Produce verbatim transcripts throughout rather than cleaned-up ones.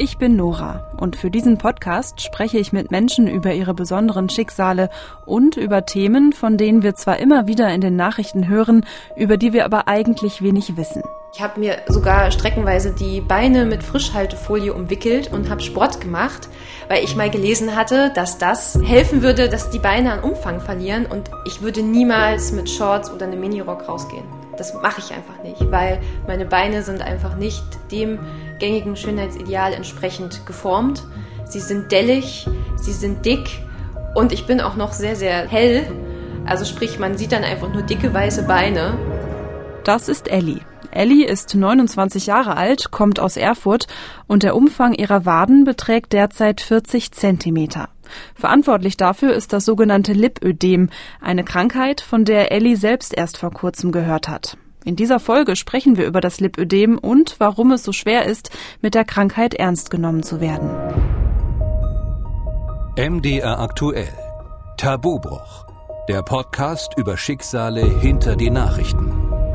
Ich bin Nora und für diesen Podcast spreche ich mit Menschen über ihre besonderen Schicksale und über Themen, von denen wir zwar immer wieder in den Nachrichten hören, über die wir aber eigentlich wenig wissen. Ich habe mir sogar streckenweise die Beine mit Frischhaltefolie umwickelt und habe Sport gemacht, weil ich mal gelesen hatte, dass das helfen würde, dass die Beine an Umfang verlieren und ich würde niemals mit Shorts oder einem Minirock rausgehen. Das mache ich einfach nicht, weil meine Beine sind einfach nicht dem gängigen Schönheitsideal entsprechend geformt. Sie sind dellig, sie sind dick und ich bin auch noch sehr, sehr hell. Also sprich, man sieht dann einfach nur dicke, weiße Beine. Das ist Elli. Elli ist neunundzwanzig Jahre alt, kommt aus Erfurt und der Umfang ihrer Waden beträgt derzeit vierzig Zentimeter. Verantwortlich dafür ist das sogenannte Lipödem, eine Krankheit, von der Elli selbst erst vor kurzem gehört hat. In dieser Folge sprechen wir über das Lipödem und warum es so schwer ist, mit der Krankheit ernst genommen zu werden. M D R aktuell. Tabubruch. Der Podcast über Schicksale hinter die Nachrichten.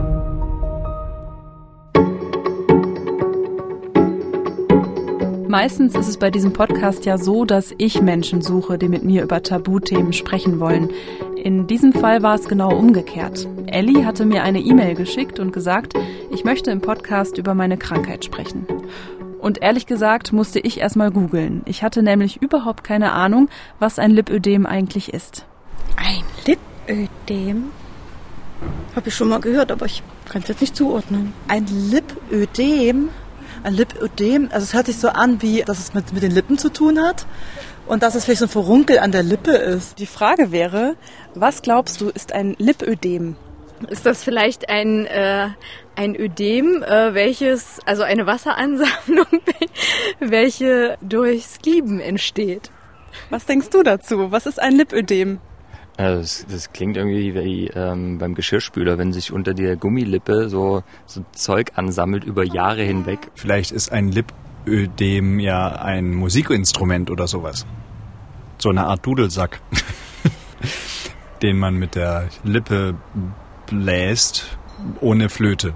Meistens ist es bei diesem Podcast ja so, dass ich Menschen suche, die mit mir über Tabuthemen sprechen wollen. In diesem Fall war es genau umgekehrt. Elli hatte mir eine E-Mail geschickt und gesagt, ich möchte im Podcast über meine Krankheit sprechen. Und ehrlich gesagt musste ich erstmal googeln. Ich hatte nämlich überhaupt keine Ahnung, was ein Lipödem eigentlich ist. Ein Lipödem? Habe ich schon mal gehört, aber ich kann es jetzt nicht zuordnen. Ein Lipödem? Ein Lipödem, also es hört sich so an, wie dass es mit, mit den Lippen zu tun hat und dass es vielleicht so ein Furunkel an der Lippe ist. Die Frage wäre, was glaubst du, ist ein Lipödem? Ist das vielleicht ein, äh, ein Ödem, äh, welches, also eine Wasseransammlung, welche durchs Lieben entsteht? Was denkst du dazu? Was ist ein Lipödem? Also das, das klingt irgendwie wie ähm, beim Geschirrspüler, wenn sich unter der Gummilippe so, so Zeug ansammelt über Jahre hinweg. Vielleicht ist ein Lipödem ja ein Musikinstrument oder sowas. So eine Art Dudelsack, den man mit der Lippe bläst, ohne Flöte.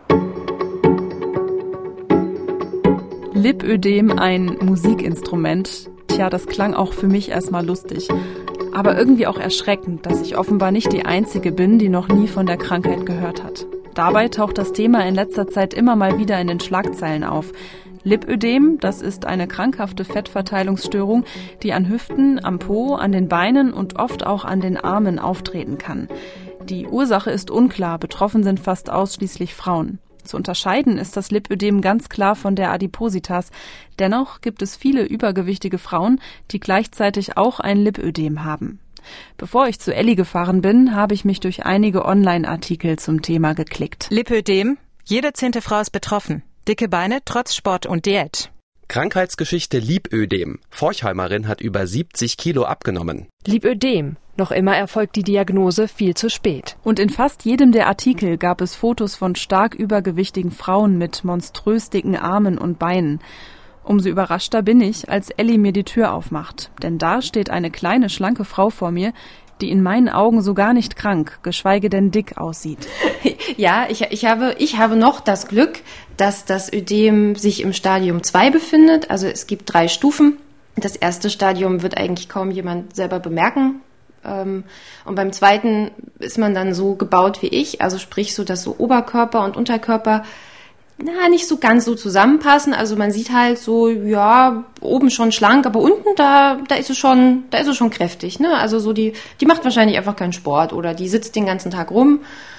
Lipödem, ein Musikinstrument. Tja, das klang auch für mich erstmal lustig. Aber irgendwie auch erschreckend, dass ich offenbar nicht die Einzige bin, die noch nie von der Krankheit gehört hat. Dabei taucht das Thema in letzter Zeit immer mal wieder in den Schlagzeilen auf. Lipödem, das ist eine krankhafte Fettverteilungsstörung, die an Hüften, am Po, an den Beinen und oft auch an den Armen auftreten kann. Die Ursache ist unklar, betroffen sind fast ausschließlich Frauen. Zu unterscheiden ist das Lipödem ganz klar von der Adipositas. Dennoch gibt es viele übergewichtige Frauen, die gleichzeitig auch ein Lipödem haben. Bevor ich zu Elli gefahren bin, habe ich mich durch einige Online-Artikel zum Thema geklickt. Lipödem. Jede zehnte Frau ist betroffen. Dicke Beine trotz Sport und Diät. Krankheitsgeschichte Lipödem. Forchheimerin hat über siebzig Kilo abgenommen. Lipödem. Noch immer erfolgt die Diagnose viel zu spät. Und in fast jedem der Artikel gab es Fotos von stark übergewichtigen Frauen mit monströs dicken Armen und Beinen. Umso überraschter bin ich, als Elli mir die Tür aufmacht. Denn da steht eine kleine, schlanke Frau vor mir, die in meinen Augen so gar nicht krank, geschweige denn dick aussieht. Ja, ich, ich, habe, ich habe noch das Glück, dass das Ödem sich im Stadium zwei befindet. Also es gibt drei Stufen. Das erste Stadium wird eigentlich kaum jemand selber bemerken. Und beim zweiten ist man dann so gebaut wie ich, also sprich so, dass so Oberkörper und Unterkörper na, nicht so ganz so zusammenpassen. Also man sieht halt so, ja, oben schon schlank, aber unten, da, da ist es schon, da ist es schon kräftig, ne? Also so die, die macht wahrscheinlich einfach keinen Sport oder die sitzt den ganzen Tag rum.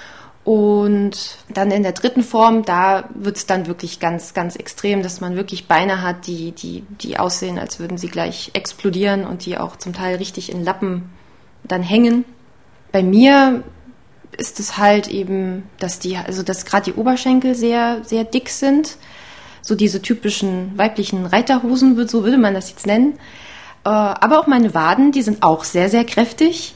Und dann in der dritten Form, da wird es dann wirklich ganz, ganz extrem, dass man wirklich Beine hat, die, die, die aussehen, als würden sie gleich explodieren und die auch zum Teil richtig in Lappen dann hängen. Bei mir ist es halt eben, dass die, also dass gerade die Oberschenkel sehr, sehr dick sind. So diese typischen weiblichen Reiterhosen, so würde man das jetzt nennen. Aber auch meine Waden, die sind auch sehr, sehr kräftig.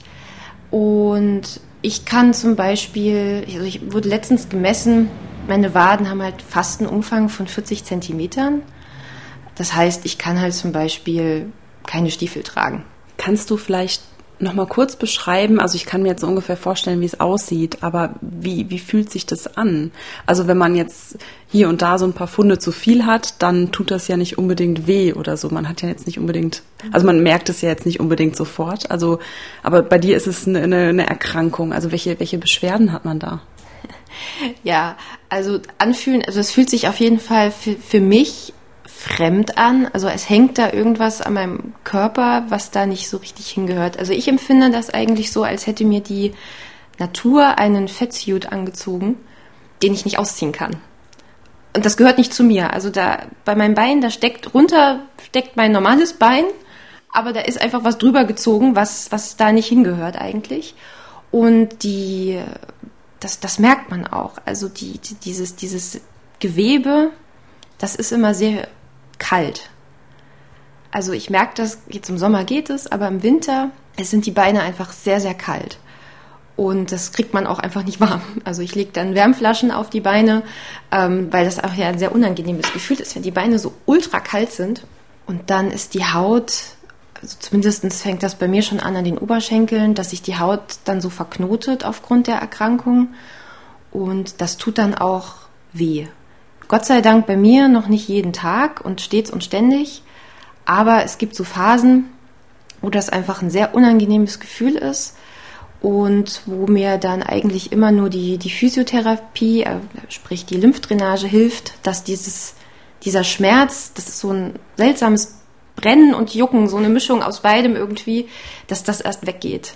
Und ich kann zum Beispiel, also ich wurde letztens gemessen, meine Waden haben halt fast einen Umfang von vierzig Zentimetern. Das heißt, ich kann halt zum Beispiel keine Stiefel tragen. Kannst du vielleicht noch mal kurz beschreiben? Also ich kann mir jetzt so ungefähr vorstellen, wie es aussieht, aber wie, wie fühlt sich das an? Also wenn man jetzt hier und da so ein paar Funde zu viel hat, dann tut das ja nicht unbedingt weh oder so. Man hat ja jetzt nicht unbedingt, also man merkt es ja jetzt nicht unbedingt sofort. Also, aber bei dir ist es eine, eine, eine Erkrankung. Also welche, welche Beschwerden hat man da? Ja, also anfühlen, also es fühlt sich auf jeden Fall für, für mich fremd an. Also es hängt da irgendwas an meinem Körper, was da nicht so richtig hingehört. Also ich empfinde das eigentlich so, als hätte mir die Natur einen Fettsuit angezogen, den ich nicht ausziehen kann. Und das gehört nicht zu mir. Also da bei meinem Bein, da steckt runter, steckt mein normales Bein, aber da ist einfach was drüber gezogen, was, was da nicht hingehört eigentlich. Und die, das, das merkt man auch. Also die, die, dieses, dieses Gewebe, das ist immer sehr kalt. Also ich merke das, jetzt im Sommer geht es, aber im Winter, es sind die Beine einfach sehr, sehr kalt. Und das kriegt man auch einfach nicht warm. Also ich lege dann Wärmflaschen auf die Beine, ähm, weil das auch ja ein sehr unangenehmes Gefühl ist, wenn die Beine so ultra kalt sind. Und dann ist die Haut, also zumindest fängt das bei mir schon an an den Oberschenkeln, dass sich die Haut dann so verknotet aufgrund der Erkrankung. Und das tut dann auch weh. Gott sei Dank bei mir noch nicht jeden Tag und stets und ständig, aber es gibt so Phasen, wo das einfach ein sehr unangenehmes Gefühl ist und wo mir dann eigentlich immer nur die, die Physiotherapie, äh, sprich die Lymphdrainage hilft, dass dieses, dieser Schmerz, das ist so ein seltsames Brennen und Jucken, so eine Mischung aus beidem irgendwie, dass das erst weggeht.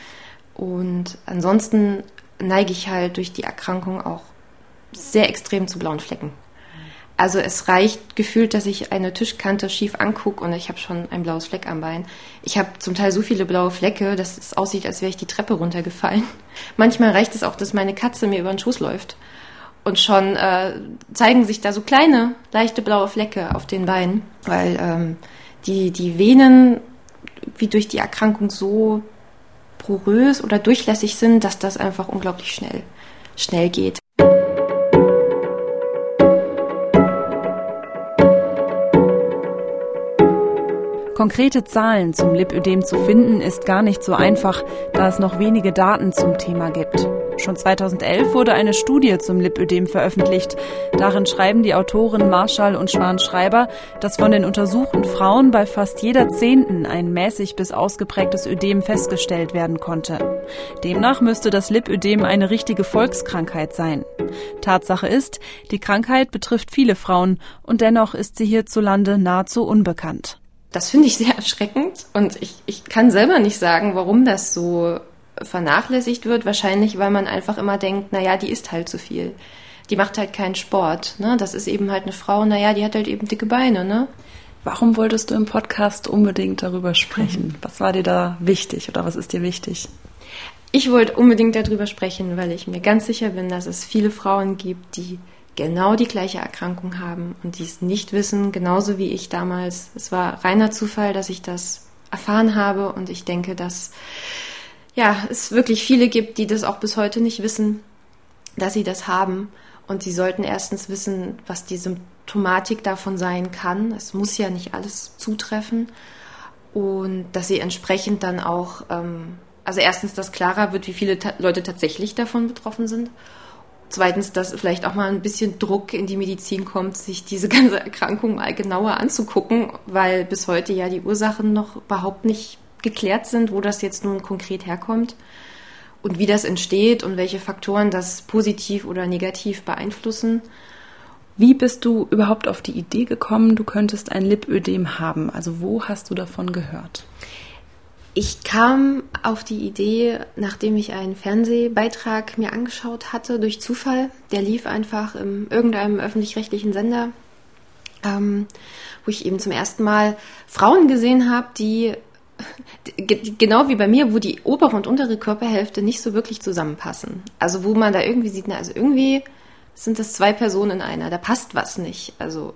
Und ansonsten neige ich halt durch die Erkrankung auch sehr extrem zu blauen Flecken. Also es reicht gefühlt, dass ich eine Tischkante schief angucke und ich habe schon ein blaues Fleck am Bein. Ich habe zum Teil so viele blaue Flecke, dass es aussieht, als wäre ich die Treppe runtergefallen. Manchmal reicht es auch, dass meine Katze mir über den Schoß läuft. Und schon äh, zeigen sich da so kleine, leichte blaue Flecke auf den Beinen, weil ähm, die, die Venen wie durch die Erkrankung so porös oder durchlässig sind, dass das einfach unglaublich schnell, schnell geht. Konkrete Zahlen zum Lipödem zu finden, ist gar nicht so einfach, da es noch wenige Daten zum Thema gibt. Schon zweitausendelf wurde eine Studie zum Lipödem veröffentlicht. Darin schreiben die Autoren Marschall und Schwan-Schreiber, dass von den untersuchten Frauen bei fast jeder Zehnten ein mäßig bis ausgeprägtes Ödem festgestellt werden konnte. Demnach müsste das Lipödem eine richtige Volkskrankheit sein. Tatsache ist, die Krankheit betrifft viele Frauen und dennoch ist sie hierzulande nahezu unbekannt. Das finde ich sehr erschreckend und ich, ich kann selber nicht sagen, warum das so vernachlässigt wird. Wahrscheinlich, weil man einfach immer denkt, naja, die isst halt zu viel. Die macht halt keinen Sport. Ne? Das ist eben halt eine Frau, naja, die hat halt eben dicke Beine. Ne? Warum wolltest du im Podcast unbedingt darüber sprechen? Was war dir da wichtig oder was ist dir wichtig? Ich wollte unbedingt darüber sprechen, weil ich mir ganz sicher bin, dass es viele Frauen gibt, die genau die gleiche Erkrankung haben und die es nicht wissen, genauso wie ich damals. Es war reiner Zufall, dass ich das erfahren habe und ich denke, dass ja, es wirklich viele gibt, die das auch bis heute nicht wissen, dass sie das haben und sie sollten erstens wissen, was die Symptomatik davon sein kann. Es muss ja nicht alles zutreffen und dass sie entsprechend dann auch, ähm, also erstens, dass klarer wird, wie viele ta- Leute tatsächlich davon betroffen sind. Zweitens, dass vielleicht auch mal ein bisschen Druck in die Medizin kommt, sich diese ganze Erkrankung mal genauer anzugucken, weil bis heute ja die Ursachen noch überhaupt nicht geklärt sind, wo das jetzt nun konkret herkommt und wie das entsteht und welche Faktoren das positiv oder negativ beeinflussen. Wie bist du überhaupt auf die Idee gekommen, du könntest ein Lipödem haben? Also wo hast du davon gehört? Ich kam auf die Idee, nachdem ich einen Fernsehbeitrag mir angeschaut hatte, durch Zufall. Der lief einfach in irgendeinem öffentlich-rechtlichen Sender, ähm, wo ich eben zum ersten Mal Frauen gesehen habe, die, g- genau wie bei mir, wo die obere und untere Körperhälfte nicht so wirklich zusammenpassen. Also wo man da irgendwie sieht, na, also irgendwie sind das zwei Personen in einer, da passt was nicht. Also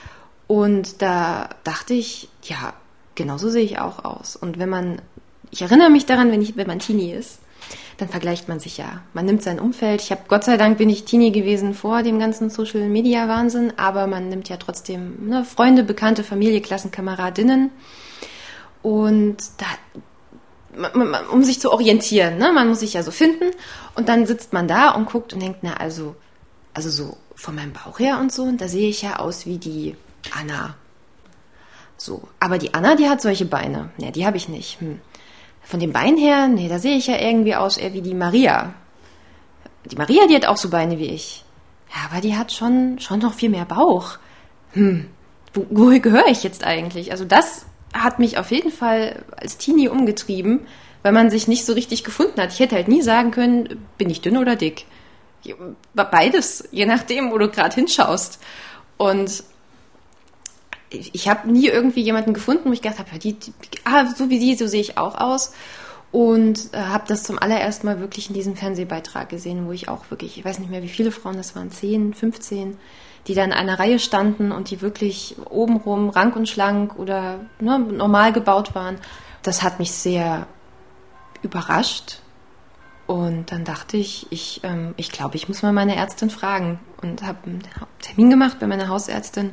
und da dachte ich, ja, genauso sehe ich auch aus. Und wenn man, ich erinnere mich daran, wenn, ich, wenn man Teenie ist, dann vergleicht man sich ja. Man nimmt sein Umfeld. Ich habe, Gott sei Dank bin ich Teenie gewesen vor dem ganzen Social-Media-Wahnsinn, aber man nimmt ja trotzdem ne, Freunde, Bekannte, Familie, Klassenkameradinnen. Und da um sich zu orientieren, ne? Man muss sich ja so finden und dann sitzt man da und guckt und denkt, na also, also so von meinem Bauch her und so, und da sehe ich ja aus wie die Anna. So, aber die Anna, die hat solche Beine. Ne, die habe ich nicht. Hm. Von den Beinen her, nee, da sehe ich ja irgendwie aus eher wie die Maria. Die Maria, die hat auch so Beine wie ich. Ja, aber die hat schon, schon noch viel mehr Bauch. Hm, wo, wo gehöre ich jetzt eigentlich? Also das hat mich auf jeden Fall als Teenie umgetrieben, weil man sich nicht so richtig gefunden hat. Ich hätte halt nie sagen können, bin ich dünn oder dick? Beides, je nachdem, wo du gerade hinschaust. Und ich habe nie irgendwie jemanden gefunden, wo ich gedacht habe, die, die, ah, so wie die, so sehe ich auch aus. Und äh, habe das zum allerersten Mal wirklich in diesem Fernsehbeitrag gesehen, wo ich auch wirklich, ich weiß nicht mehr, wie viele Frauen das waren, zehn, fünfzehn, die da in einer Reihe standen und die wirklich obenrum rank und schlank oder ne, normal gebaut waren. Das hat mich sehr überrascht. Und dann dachte ich, ich ähm, ich glaube, ich muss mal meine Ärztin fragen. Und habe einen Termin gemacht bei meiner Hausärztin.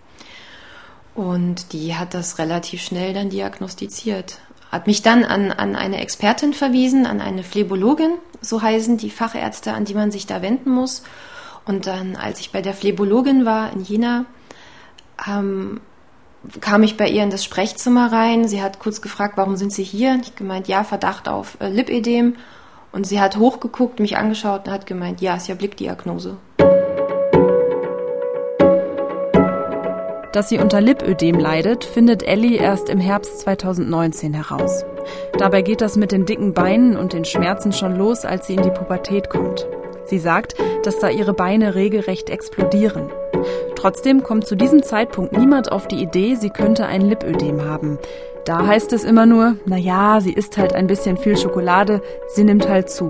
Und die hat das relativ schnell dann diagnostiziert. Hat mich dann an, an eine Expertin verwiesen, an eine Phlebologin, so heißen die Fachärzte, an die man sich da wenden muss. Und dann, als ich bei der Phlebologin war in Jena, ähm, kam ich bei ihr in das Sprechzimmer rein. Sie hat kurz gefragt, warum sind Sie hier? Ich gemeint, ja, Verdacht auf äh, Lipödem. Und sie hat hochgeguckt, mich angeschaut und hat gemeint, ja, ist ja Blickdiagnose. Dass sie unter Lipödem leidet, findet Ellie erst im Herbst zweitausendneunzehn heraus. Dabei geht das mit den dicken Beinen und den Schmerzen schon los, als sie in die Pubertät kommt. Sie sagt, dass da ihre Beine regelrecht explodieren. Trotzdem kommt zu diesem Zeitpunkt niemand auf die Idee, sie könnte ein Lipödem haben. Da heißt es immer nur, na ja, sie isst halt ein bisschen viel Schokolade, sie nimmt halt zu.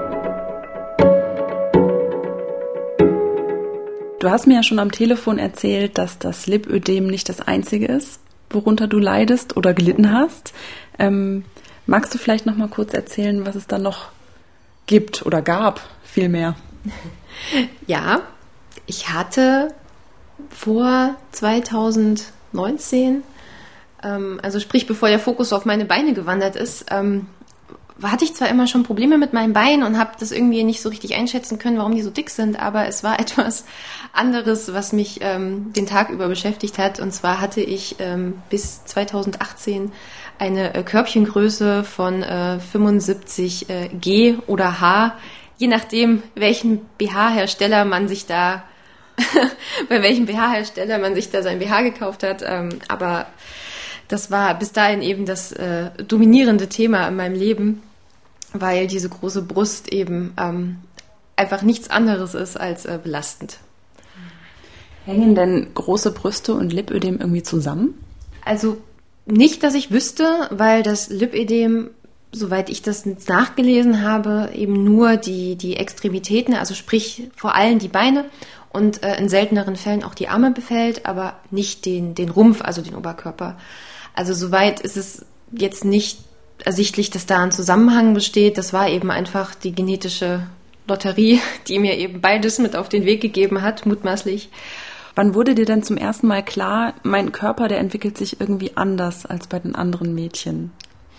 Du hast mir ja schon am Telefon erzählt, dass das Lipödem nicht das Einzige ist, worunter du leidest oder gelitten hast. Ähm, magst du vielleicht noch mal kurz erzählen, was es da noch gibt oder gab, vielmehr? Ja, ich hatte vor zweitausendneunzehn, ähm, also sprich bevor der Fokus auf meine Beine gewandert ist, ähm, hatte ich zwar immer schon Probleme mit meinen Beinen und habe das irgendwie nicht so richtig einschätzen können, warum die so dick sind, aber es war etwas anderes, was mich ähm, den Tag über beschäftigt hat. Und zwar hatte ich ähm, bis zweitausendachtzehn eine äh, Körbchengröße von äh, fünfundsiebzig äh, G oder H, je nachdem, welchen B H-Hersteller man sich da, bei welchem B H-Hersteller man sich da sein B H gekauft hat. Ähm, aber das war bis dahin eben das äh, dominierende Thema in meinem Leben, weil diese große Brust eben ähm, einfach nichts anderes ist als äh, belastend. Hängen denn große Brüste und Lipödem irgendwie zusammen? Also nicht, dass ich wüsste, weil das Lipödem, soweit ich das nachgelesen habe, eben nur die, die Extremitäten, also sprich vor allem die Beine und äh, in selteneren Fällen auch die Arme befällt, aber nicht den, den Rumpf, also den Oberkörper. Also soweit ist es jetzt nicht ersichtlich, dass da ein Zusammenhang besteht. Das war eben einfach die genetische Lotterie, die mir eben beides mit auf den Weg gegeben hat, mutmaßlich. Wann wurde dir denn zum ersten Mal klar, mein Körper, der entwickelt sich irgendwie anders als bei den anderen Mädchen?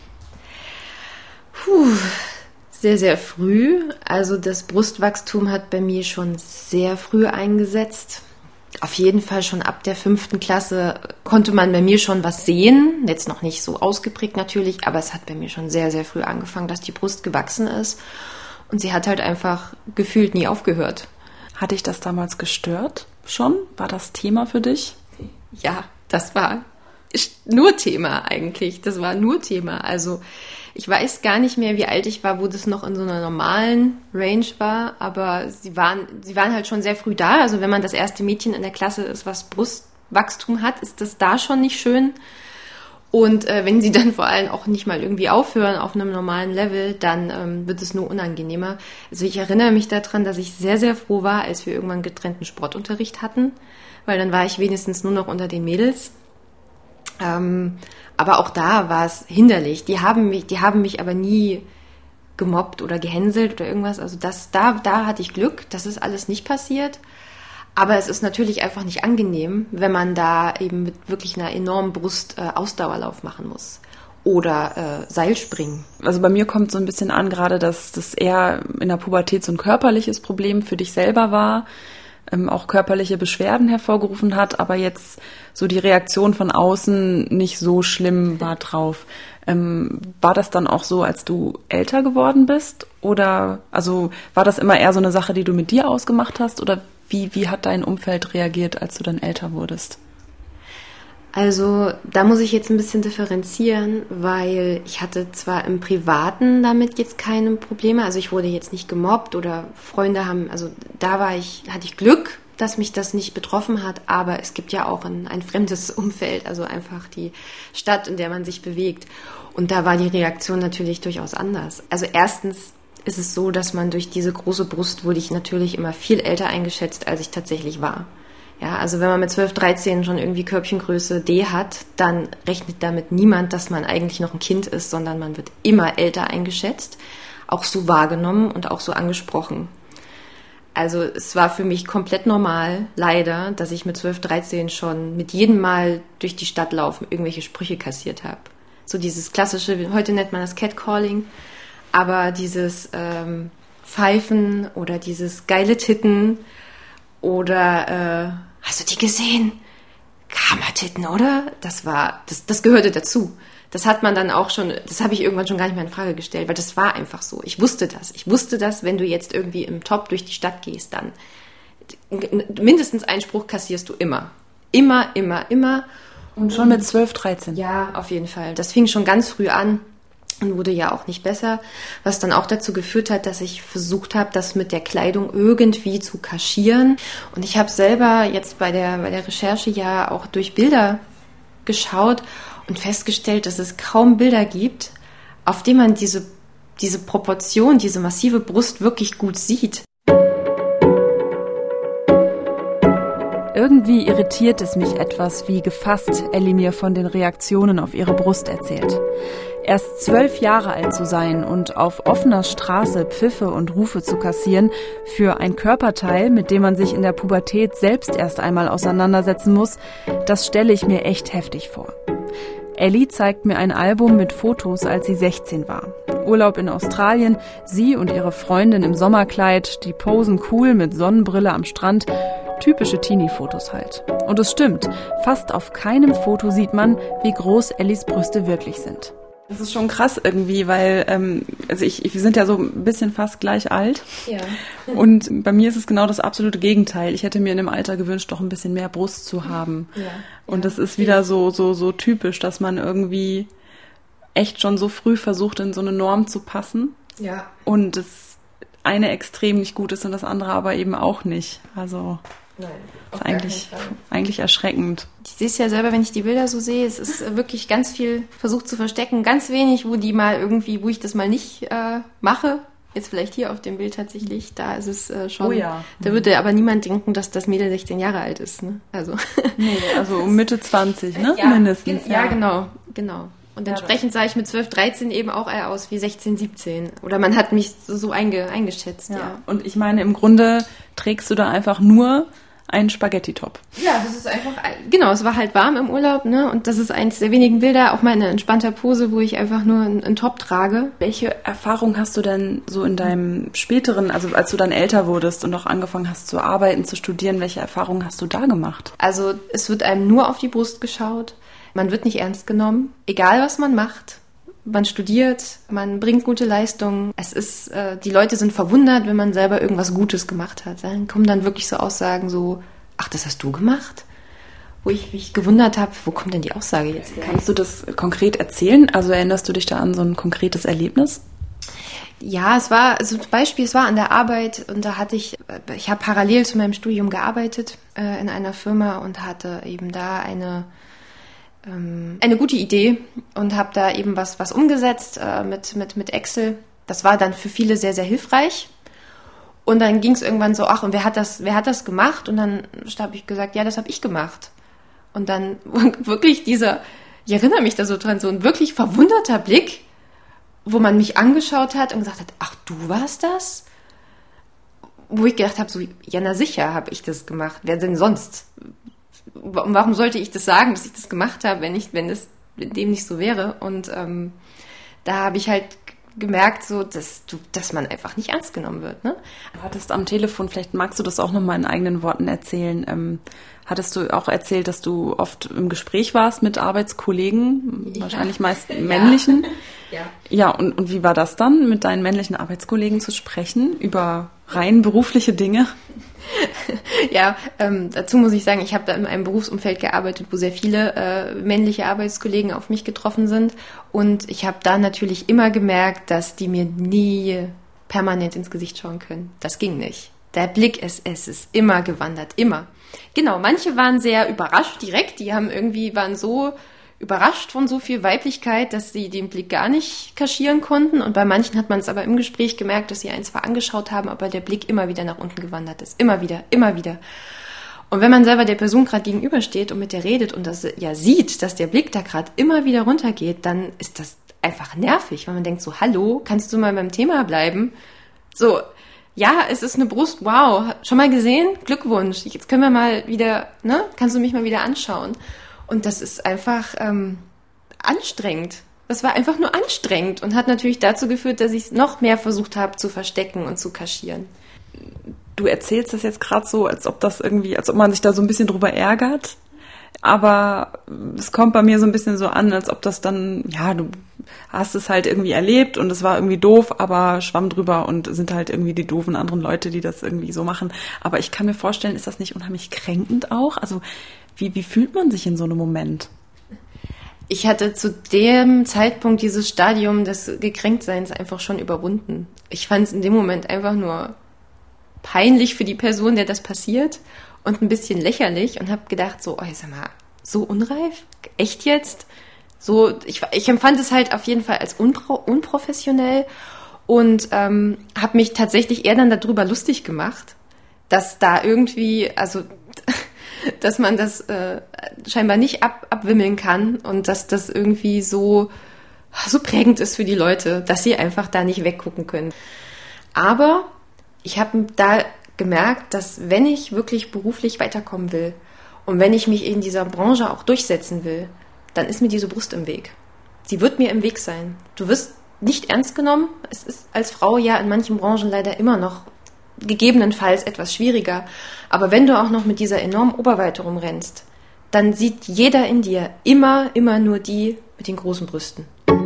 Puh, sehr, sehr früh. Also das Brustwachstum hat bei mir schon sehr früh eingesetzt. Auf jeden Fall schon ab der fünften Klasse konnte man bei mir schon was sehen. Jetzt noch nicht so ausgeprägt natürlich, aber es hat bei mir schon sehr, sehr früh angefangen, dass die Brust gewachsen ist. Und sie hat halt einfach gefühlt nie aufgehört. Hat dich das damals gestört schon? War das Thema für dich? Ja, das war nur Thema eigentlich. Das war nur Thema. Also ich weiß gar nicht mehr, wie alt ich war, wo das noch in so einer normalen Range war, aber sie waren, sie waren halt schon sehr früh da. Also wenn man das erste Mädchen in der Klasse ist, was Brustwachstum hat, ist das da schon nicht schön. Und äh, wenn sie dann vor allem auch nicht mal irgendwie aufhören auf einem normalen Level, dann ähm, wird es nur unangenehmer. Also ich erinnere mich daran, dass ich sehr, sehr froh war, als wir irgendwann getrennten Sportunterricht hatten, weil dann war ich wenigstens nur noch unter den Mädels. Ähm, aber auch da war es hinderlich. Die haben mich, die haben mich aber nie gemobbt oder gehänselt oder irgendwas. Also das, da, da hatte ich Glück, das ist alles nicht passiert. Aber es ist natürlich einfach nicht angenehm, wenn man da eben mit wirklich einer enormen Brust äh, Ausdauerlauf machen muss. oder äh, Seilspringen. Also bei mir kommt so ein bisschen an, gerade, dass das eher in der Pubertät so ein körperliches Problem für dich selber war, ähm, auch körperliche Beschwerden hervorgerufen hat, aber jetzt so die Reaktion von außen nicht so schlimm war drauf. Ähm, war das dann auch so, als du älter geworden bist? Oder also war das immer eher so eine Sache, die du mit dir ausgemacht hast? Oder wie, wie hat dein Umfeld reagiert, als du dann älter wurdest? Also da muss ich jetzt ein bisschen differenzieren, weil ich hatte zwar im Privaten damit jetzt keine Probleme, also ich wurde jetzt nicht gemobbt oder Freunde haben, also da war ich, hatte ich Glück, dass mich das nicht betroffen hat, aber es gibt ja auch ein, ein fremdes Umfeld, also einfach die Stadt, in der man sich bewegt. Und da war die Reaktion natürlich durchaus anders. Also erstens ist es so, dass man durch diese große Brust wurde ich natürlich immer viel älter eingeschätzt, als ich tatsächlich war. Ja, also wenn man mit zwölf, dreizehn schon irgendwie Körbchengröße D hat, dann rechnet damit niemand, dass man eigentlich noch ein Kind ist, sondern man wird immer älter eingeschätzt, auch so wahrgenommen und auch so angesprochen. Also es war für mich komplett normal, leider, dass ich mit zwölf, dreizehn schon mit jedem Mal durch die Stadt laufen irgendwelche Sprüche kassiert habe. So dieses klassische, heute nennt man das Catcalling, aber dieses ähm, Pfeifen oder dieses geile Titten oder äh, hast du die gesehen? Hammertitten, oder? Das war, das, das gehörte dazu. Das hat man dann auch schon, das habe ich irgendwann schon gar nicht mehr in Frage gestellt, weil das war einfach so. Ich wusste das. Ich wusste das, wenn du jetzt irgendwie im Top durch die Stadt gehst, dann mindestens einen Spruch kassierst du immer. Immer, immer, immer. Und schon mit zwölf, dreizehn? Ja, auf jeden Fall. Das fing schon ganz früh an und wurde ja auch nicht besser, was dann auch dazu geführt hat, dass ich versucht habe, das mit der Kleidung irgendwie zu kaschieren. Und ich habe selber jetzt bei der, bei der Recherche ja auch durch Bilder geschaut und festgestellt, dass es kaum Bilder gibt, auf denen man diese, diese Proportion, diese massive Brust wirklich gut sieht. Irgendwie irritiert es mich etwas, wie gefasst Elli mir von den Reaktionen auf ihre Brust erzählt. Erst zwölf Jahre alt zu sein und auf offener Straße Pfiffe und Rufe zu kassieren für ein Körperteil, mit dem man sich in der Pubertät selbst erst einmal auseinandersetzen muss, das stelle ich mir echt heftig vor. Elli zeigt mir ein Album mit Fotos, als sie sechzehn war. Urlaub in Australien, sie und ihre Freundin im Sommerkleid, die posen cool mit Sonnenbrille am Strand. Typische Teenie-Fotos halt. Und es stimmt, fast auf keinem Foto sieht man, wie groß Ellis Brüste wirklich sind. Das ist schon krass irgendwie, weil ähm, also ich, ich, wir sind ja so ein bisschen fast gleich alt. Ja. Und bei mir ist es genau das absolute Gegenteil. Ich hätte mir in dem Alter gewünscht, doch ein bisschen mehr Brust zu haben. Ja. Und das ist wieder so so so typisch, dass man irgendwie echt schon so früh versucht, in so eine Norm zu passen. Ja. Und das eine extrem nicht gut ist und das andere aber eben auch nicht. Also Nein, das ist eigentlich, eigentlich erschreckend. Ich sehe es ja selber, wenn ich die Bilder so sehe, es ist wirklich ganz viel versucht zu verstecken, ganz wenig, wo die mal irgendwie, wo ich das mal nicht äh, mache. Jetzt vielleicht hier auf dem Bild tatsächlich, da ist es äh, schon. Oh ja. Da würde aber niemand denken, dass das Mädel sechzehn Jahre alt ist. Ne? Also. Nee, also um Mitte zwanzig, ne? Ja, mindestens. Ja, ja, genau, genau. Und entsprechend sah ich mit zwölf, dreizehn eben auch eher aus wie sechzehn, siebzehn. Oder man hat mich so einge, eingeschätzt, ja. ja. Und ich meine, im Grunde trägst du da einfach nur einen Spaghetti-Top. Ja, das ist einfach, genau, es war halt warm im Urlaub, ne? Und das ist eins der wenigen Bilder, auch mal in entspannter Pose, wo ich einfach nur einen, einen Top trage. Welche Erfahrung hast du denn so in deinem späteren, also als du dann älter wurdest und auch angefangen hast zu arbeiten, zu studieren, welche Erfahrungen hast du da gemacht? Also es wird einem nur auf die Brust geschaut. Man wird nicht ernst genommen, egal was man macht. Man studiert, man bringt gute Leistungen. Es ist, äh, die Leute sind verwundert, wenn man selber irgendwas Gutes gemacht hat. Dann kommen dann wirklich so Aussagen so, ach, das hast du gemacht? Wo ich mich gewundert habe, wo kommt denn die Aussage jetzt her? Kannst du das konkret erzählen? Also erinnerst du dich da an so ein konkretes Erlebnis? Ja, es war, also zum Beispiel, es war an der Arbeit und da hatte ich, ich habe parallel zu meinem Studium gearbeitet äh, in einer Firma und hatte eben da eine eine gute Idee und habe da eben was was umgesetzt äh, mit mit mit Excel. Das war dann für viele sehr sehr hilfreich. Und dann ging es irgendwann so, ach, und wer hat das wer hat das gemacht? Und dann habe ich gesagt, ja, das habe ich gemacht. Und dann wirklich dieser, ich erinnere mich da so dran, so ein wirklich verwunderter Blick, wo man mich angeschaut hat und gesagt hat, ach, du warst das? Wo ich gedacht habe, so, ja, na sicher habe ich das gemacht. Wer denn sonst? Warum sollte ich das sagen, dass ich das gemacht habe, wenn ich, wenn es dem nicht so wäre. Und ähm, da habe ich halt gemerkt, so, dass, du, dass man einfach nicht ernst genommen wird. Ne? Du hattest am Telefon, vielleicht magst du das auch nochmal in eigenen Worten erzählen, ähm, hattest du auch erzählt, dass du oft im Gespräch warst mit Arbeitskollegen, ja. wahrscheinlich meist männlichen. Ja. Ja, und, und wie war das dann, mit deinen männlichen Arbeitskollegen zu sprechen über rein berufliche Dinge? Ja, ähm, dazu muss ich sagen, ich habe da in einem Berufsumfeld gearbeitet, wo sehr viele äh, männliche Arbeitskollegen auf mich getroffen sind. Und ich habe da natürlich immer gemerkt, dass die mir nie permanent ins Gesicht schauen können. Das ging nicht. Der Blick, es, es ist immer gewandert, immer. Genau, manche waren sehr überrascht direkt. Die haben irgendwie, waren so überrascht von so viel Weiblichkeit, dass sie den Blick gar nicht kaschieren konnten. Und bei manchen hat man es aber im Gespräch gemerkt, dass sie einen zwar angeschaut haben, aber der Blick immer wieder nach unten gewandert ist. Immer wieder, immer wieder. Und wenn man selber der Person gerade gegenübersteht und mit der redet und das ja sieht, dass der Blick da gerade immer wieder runtergeht, dann ist das einfach nervig, weil man denkt so, hallo, kannst du mal beim Thema bleiben? So, ja, es ist eine Brust, wow, schon mal gesehen? Glückwunsch, jetzt können wir mal wieder, ne, kannst du mich mal wieder anschauen? Und das ist einfach ähm, anstrengend. Das war einfach nur anstrengend und hat natürlich dazu geführt, dass ich es noch mehr versucht habe zu verstecken und zu kaschieren. Du erzählst das jetzt gerade so, als ob das irgendwie, als ob man sich da so ein bisschen drüber ärgert. Aber es kommt bei mir so ein bisschen so an, als ob das dann, ja, du hast es halt irgendwie erlebt und es war irgendwie doof, aber schwamm drüber und sind halt irgendwie die doofen anderen Leute, die das irgendwie so machen. Aber ich kann mir vorstellen, ist das nicht unheimlich kränkend auch? Also Wie, wie fühlt man sich in so einem Moment? Ich hatte zu dem Zeitpunkt dieses Stadium des Gekränktseins einfach schon überwunden. Ich fand es in dem Moment einfach nur peinlich für die Person, der das passiert und ein bisschen lächerlich und habe gedacht so, oh, sag mal, so unreif? Echt jetzt? So, ich, ich empfand es halt auf jeden Fall als unpro, unprofessionell und ähm, habe mich tatsächlich eher dann darüber lustig gemacht, dass da irgendwie, also dass man das äh, scheinbar nicht ab, abwimmeln kann und dass das irgendwie so, so prägend ist für die Leute, dass sie einfach da nicht weggucken können. Aber ich habe da gemerkt, dass wenn ich wirklich beruflich weiterkommen will und wenn ich mich in dieser Branche auch durchsetzen will, dann ist mir diese Brust im Weg. Sie wird mir im Weg sein. Du wirst nicht ernst genommen. Es ist als Frau ja in manchen Branchen leider immer noch gegebenenfalls etwas schwieriger. Aber wenn du auch noch mit dieser enormen Oberweite rumrennst, dann sieht jeder in dir immer, immer nur die mit den großen Brüsten.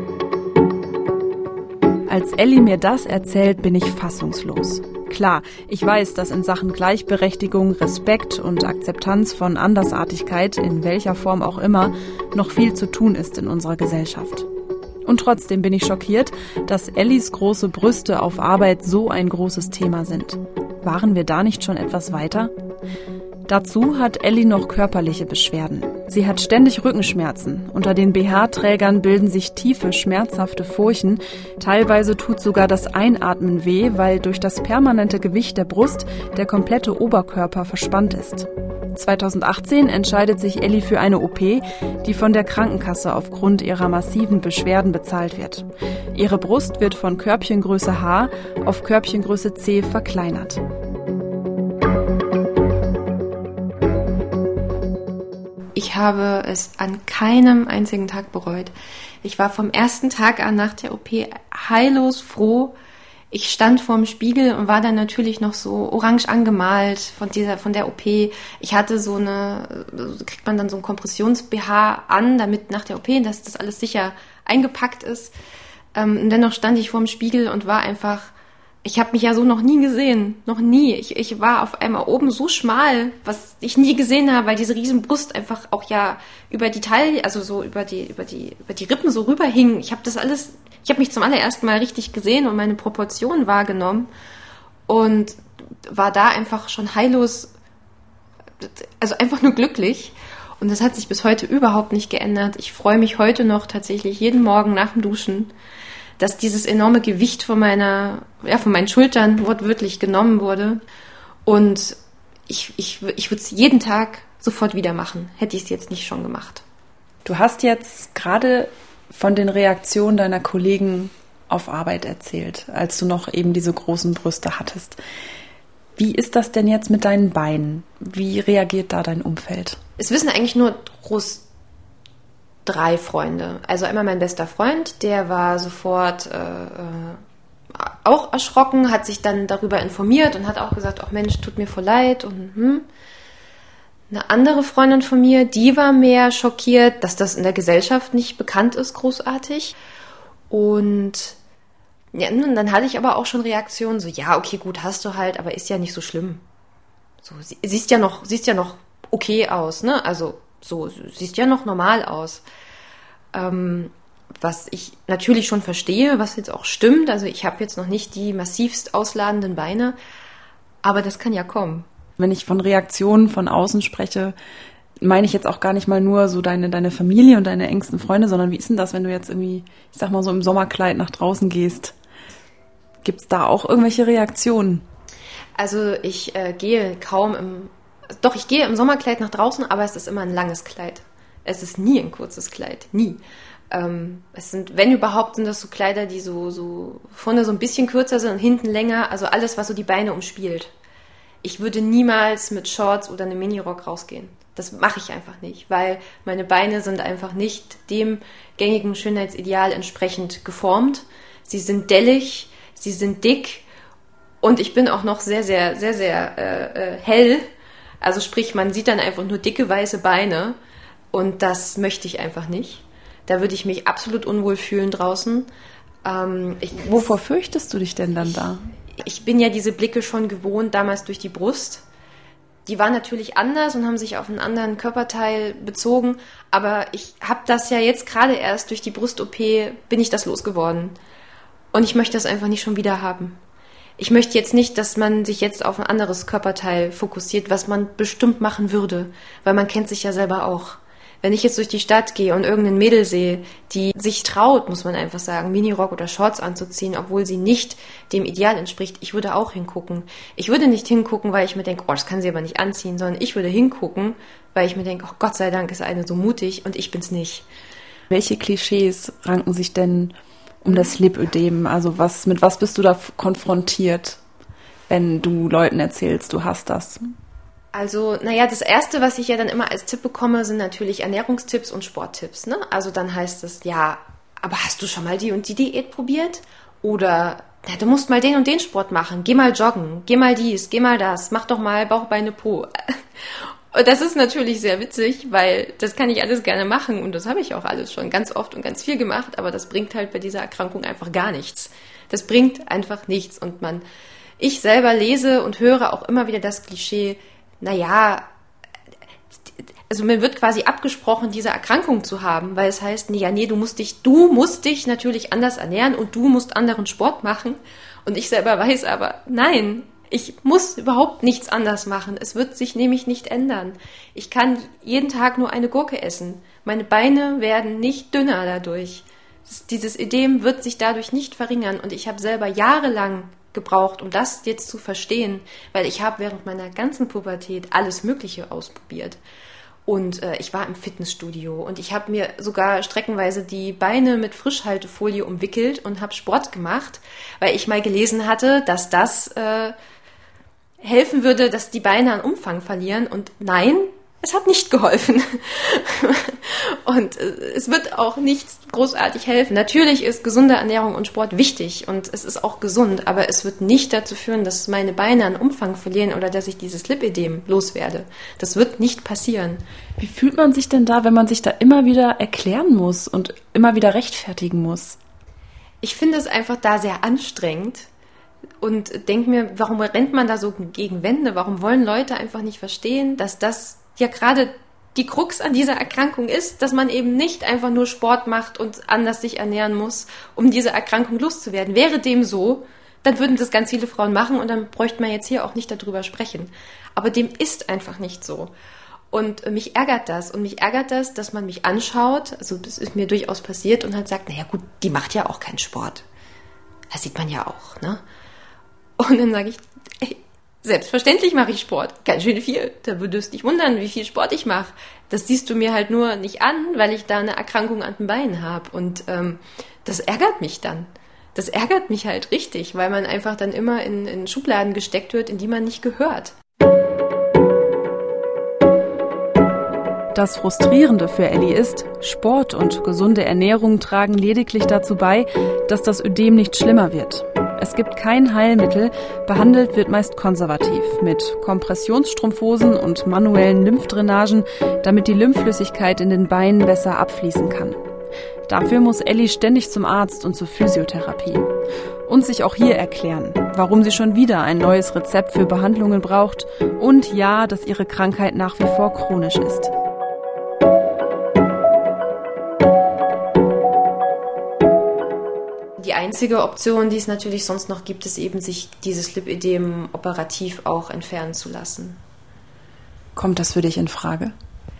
Als Elli mir das erzählt, bin ich fassungslos. Klar, ich weiß, dass in Sachen Gleichberechtigung, Respekt und Akzeptanz von Andersartigkeit, in welcher Form auch immer, noch viel zu tun ist in unserer Gesellschaft. Und trotzdem bin ich schockiert, dass Ellis große Brüste auf Arbeit so ein großes Thema sind. Waren wir da nicht schon etwas weiter? Dazu hat Elli noch körperliche Beschwerden. Sie hat ständig Rückenschmerzen. Unter den B H-Trägern bilden sich tiefe, schmerzhafte Furchen. Teilweise tut sogar das Einatmen weh, weil durch das permanente Gewicht der Brust der komplette Oberkörper verspannt ist. zweitausendachtzehn entscheidet sich Elli für eine O P, die von der Krankenkasse aufgrund ihrer massiven Beschwerden bezahlt wird. Ihre Brust wird von Körbchengröße H auf Körbchengröße C verkleinert. Ich habe es an keinem einzigen Tag bereut. Ich war vom ersten Tag an nach der O P heillos froh. Ich stand vorm Spiegel und war dann natürlich noch so orange angemalt von dieser, von der O P. Ich hatte so eine, kriegt man dann so ein Kompressions-B H an, damit nach der O P, dass das alles sicher eingepackt ist. Und dennoch stand ich vorm Spiegel und war einfach, ich habe mich ja so noch nie gesehen, noch nie. Ich, ich war auf einmal oben so schmal, was ich nie gesehen habe, weil diese riesen Brust einfach auch ja über die Taille, also so über die über die über die Rippen so rüberhing. Ich habe das alles, ich habe mich zum allerersten Mal richtig gesehen und meine Proportionen wahrgenommen und war da einfach schon heillos, also einfach nur glücklich. Und das hat sich bis heute überhaupt nicht geändert. Ich freue mich heute noch tatsächlich jeden Morgen nach dem Duschen, dass dieses enorme Gewicht von meiner, ja, von meinen Schultern wortwörtlich genommen wurde. Und ich, ich, ich würde es jeden Tag sofort wieder machen, hätte ich es jetzt nicht schon gemacht. Du hast jetzt gerade von den Reaktionen deiner Kollegen auf Arbeit erzählt, als du noch eben diese großen Brüste hattest. Wie ist das denn jetzt mit deinen Beinen? Wie reagiert da dein Umfeld? Es wissen eigentlich nur groß drei Freunde. Also einmal mein bester Freund, der war sofort äh, auch erschrocken, hat sich dann darüber informiert und hat auch gesagt, ach Mensch, tut mir voll leid. Und hm. Eine andere Freundin von mir, die war mehr schockiert, dass das in der Gesellschaft nicht bekannt ist, großartig. Und ja, und dann hatte ich aber auch schon Reaktionen, so ja, okay, gut, hast du halt, aber ist ja nicht so schlimm. So, sie, siehst ja noch, siehst ja noch okay aus, ne? Also so, siehst ja noch normal aus. Ähm, was ich natürlich schon verstehe, was jetzt auch stimmt. Also ich habe jetzt noch nicht die massivst ausladenden Beine, aber das kann ja kommen. Wenn ich von Reaktionen von außen spreche, meine ich jetzt auch gar nicht mal nur so deine, deine Familie und deine engsten Freunde, sondern wie ist denn das, wenn du jetzt irgendwie, ich sag mal so im Sommerkleid nach draußen gehst? Gibt's da auch irgendwelche Reaktionen? Also ich äh, gehe kaum im, doch ich gehe im Sommerkleid nach draußen, aber es ist immer ein langes Kleid. Es ist nie ein kurzes Kleid, nie. Ähm, es sind, wenn überhaupt, sind das so Kleider, die so, so vorne so ein bisschen kürzer sind und hinten länger, also alles, was so die Beine umspielt. Ich würde niemals mit Shorts oder einem Minirock rausgehen. Das mache ich einfach nicht, weil meine Beine sind einfach nicht dem gängigen Schönheitsideal entsprechend geformt. Sie sind dellig, sie sind dick und ich bin auch noch sehr, sehr, sehr, sehr äh, äh, hell. Also sprich, man sieht dann einfach nur dicke, weiße Beine und das möchte ich einfach nicht. Da würde ich mich absolut unwohl fühlen draußen. Ähm, ich, Wovor fürchtest du dich denn dann da? Ich bin ja diese Blicke schon gewohnt, damals durch die Brust. Die waren natürlich anders und haben sich auf einen anderen Körperteil bezogen, aber ich habe das ja jetzt gerade erst durch die Brust-O P, bin ich das losgeworden. Und ich möchte das einfach nicht schon wieder haben. Ich möchte jetzt nicht, dass man sich jetzt auf ein anderes Körperteil fokussiert, was man bestimmt machen würde, weil man kennt sich ja selber auch. Wenn ich jetzt durch die Stadt gehe und irgendein Mädel sehe, die sich traut, muss man einfach sagen, Minirock oder Shorts anzuziehen, obwohl sie nicht dem Ideal entspricht, ich würde auch hingucken. Ich würde nicht hingucken, weil ich mir denke, oh, das kann sie aber nicht anziehen, sondern ich würde hingucken, weil ich mir denke, oh Gott sei Dank ist eine so mutig und ich bin's nicht. Welche Klischees ranken sich denn um das Lipödem? Also was, mit was bist du da konfrontiert, wenn du Leuten erzählst, du hast das? Also, naja, das Erste, was ich ja dann immer als Tipp bekomme, sind natürlich Ernährungstipps und Sporttipps, ne? Also dann heißt es, ja, aber hast du schon mal die und die Diät probiert? Oder, ja, du musst mal den und den Sport machen, geh mal joggen, geh mal dies, geh mal das, mach doch mal Bauch, Beine, Po. Und das ist natürlich sehr witzig, weil das kann ich alles gerne machen und das habe ich auch alles schon ganz oft und ganz viel gemacht, aber das bringt halt bei dieser Erkrankung einfach gar nichts. Das bringt einfach nichts und man, ich selber lese und höre auch immer wieder das Klischee, naja, also mir wird quasi abgesprochen, diese Erkrankung zu haben, weil es heißt, nee, ja, nee, du musst dich, du musst dich natürlich anders ernähren und du musst anderen Sport machen. Und ich selber weiß aber, nein, ich muss überhaupt nichts anders machen. Es wird sich nämlich nicht ändern. Ich kann jeden Tag nur eine Gurke essen. Meine Beine werden nicht dünner dadurch. Dieses Ödem wird sich dadurch nicht verringern und ich habe selber jahrelang gebraucht, um das jetzt zu verstehen, weil ich habe während meiner ganzen Pubertät alles Mögliche ausprobiert. Und äh, ich war im Fitnessstudio und ich habe mir sogar streckenweise die Beine mit Frischhaltefolie umwickelt und habe Sport gemacht, weil ich mal gelesen hatte, dass das äh, helfen würde, dass die Beine an Umfang verlieren. Und nein, es hat nicht geholfen. Und es wird auch nichts großartig helfen. Natürlich ist gesunde Ernährung und Sport wichtig und es ist auch gesund, aber es wird nicht dazu führen, dass meine Beine an Umfang verlieren oder dass ich dieses Lipödem loswerde. Das wird nicht passieren. Wie fühlt man sich denn da, wenn man sich da immer wieder erklären muss und immer wieder rechtfertigen muss? Ich finde es einfach da sehr anstrengend und denke mir, warum rennt man da so gegen Wände? Warum wollen Leute einfach nicht verstehen, dass das ja gerade die Krux an dieser Erkrankung ist, dass man eben nicht einfach nur Sport macht und anders sich ernähren muss, um diese Erkrankung loszuwerden. Wäre dem so, dann würden das ganz viele Frauen machen und dann bräuchte man jetzt hier auch nicht darüber sprechen. Aber dem ist einfach nicht so. Und mich ärgert das. Und mich ärgert das, dass man mich anschaut, also das ist mir durchaus passiert, und halt sagt, naja gut, die macht ja auch keinen Sport. Das sieht man ja auch, ne? Und dann sage ich, ey, selbstverständlich mache ich Sport, ganz schön viel. Da würdest du dich wundern, wie viel Sport ich mache. Das siehst du mir halt nur nicht an, weil ich da eine Erkrankung an den Beinen habe. Und ähm, das ärgert mich dann. Das ärgert mich halt richtig, weil man einfach dann immer in, in Schubladen gesteckt wird, in die man nicht gehört. Das Frustrierende für Elli ist, Sport und gesunde Ernährung tragen lediglich dazu bei, dass das Ödem nicht schlimmer wird. Es gibt kein Heilmittel, behandelt wird meist konservativ mit Kompressionsstrumpfhosen und manuellen Lymphdrainagen, damit die Lymphflüssigkeit in den Beinen besser abfließen kann. Dafür muss Elli ständig zum Arzt und zur Physiotherapie. Und sich auch hier erklären, warum sie schon wieder ein neues Rezept für Behandlungen braucht und ja, dass ihre Krankheit nach wie vor chronisch ist. Die einzige Option, die es natürlich sonst noch gibt, ist eben, sich dieses Lipödem operativ auch entfernen zu lassen. Kommt das für dich in Frage?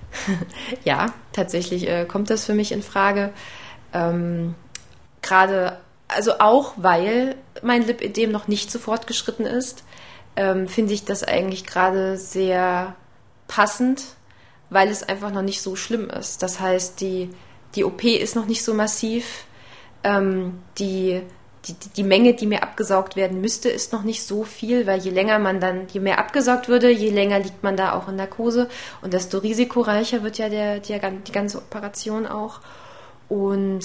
Ja, tatsächlich äh, kommt das für mich in Frage. Ähm, gerade, also auch, weil mein Lipödem noch nicht so fortgeschritten ist, ähm, finde ich das eigentlich gerade sehr passend, weil es einfach noch nicht so schlimm ist. Das heißt, die, die O P ist noch nicht so massiv. Ähm, die, die, die Menge, die mir abgesaugt werden müsste, ist noch nicht so viel, weil je länger man dann, je mehr abgesaugt würde, je länger liegt man da auch in Narkose und desto risikoreicher wird ja der, der, die ganze Operation auch. Und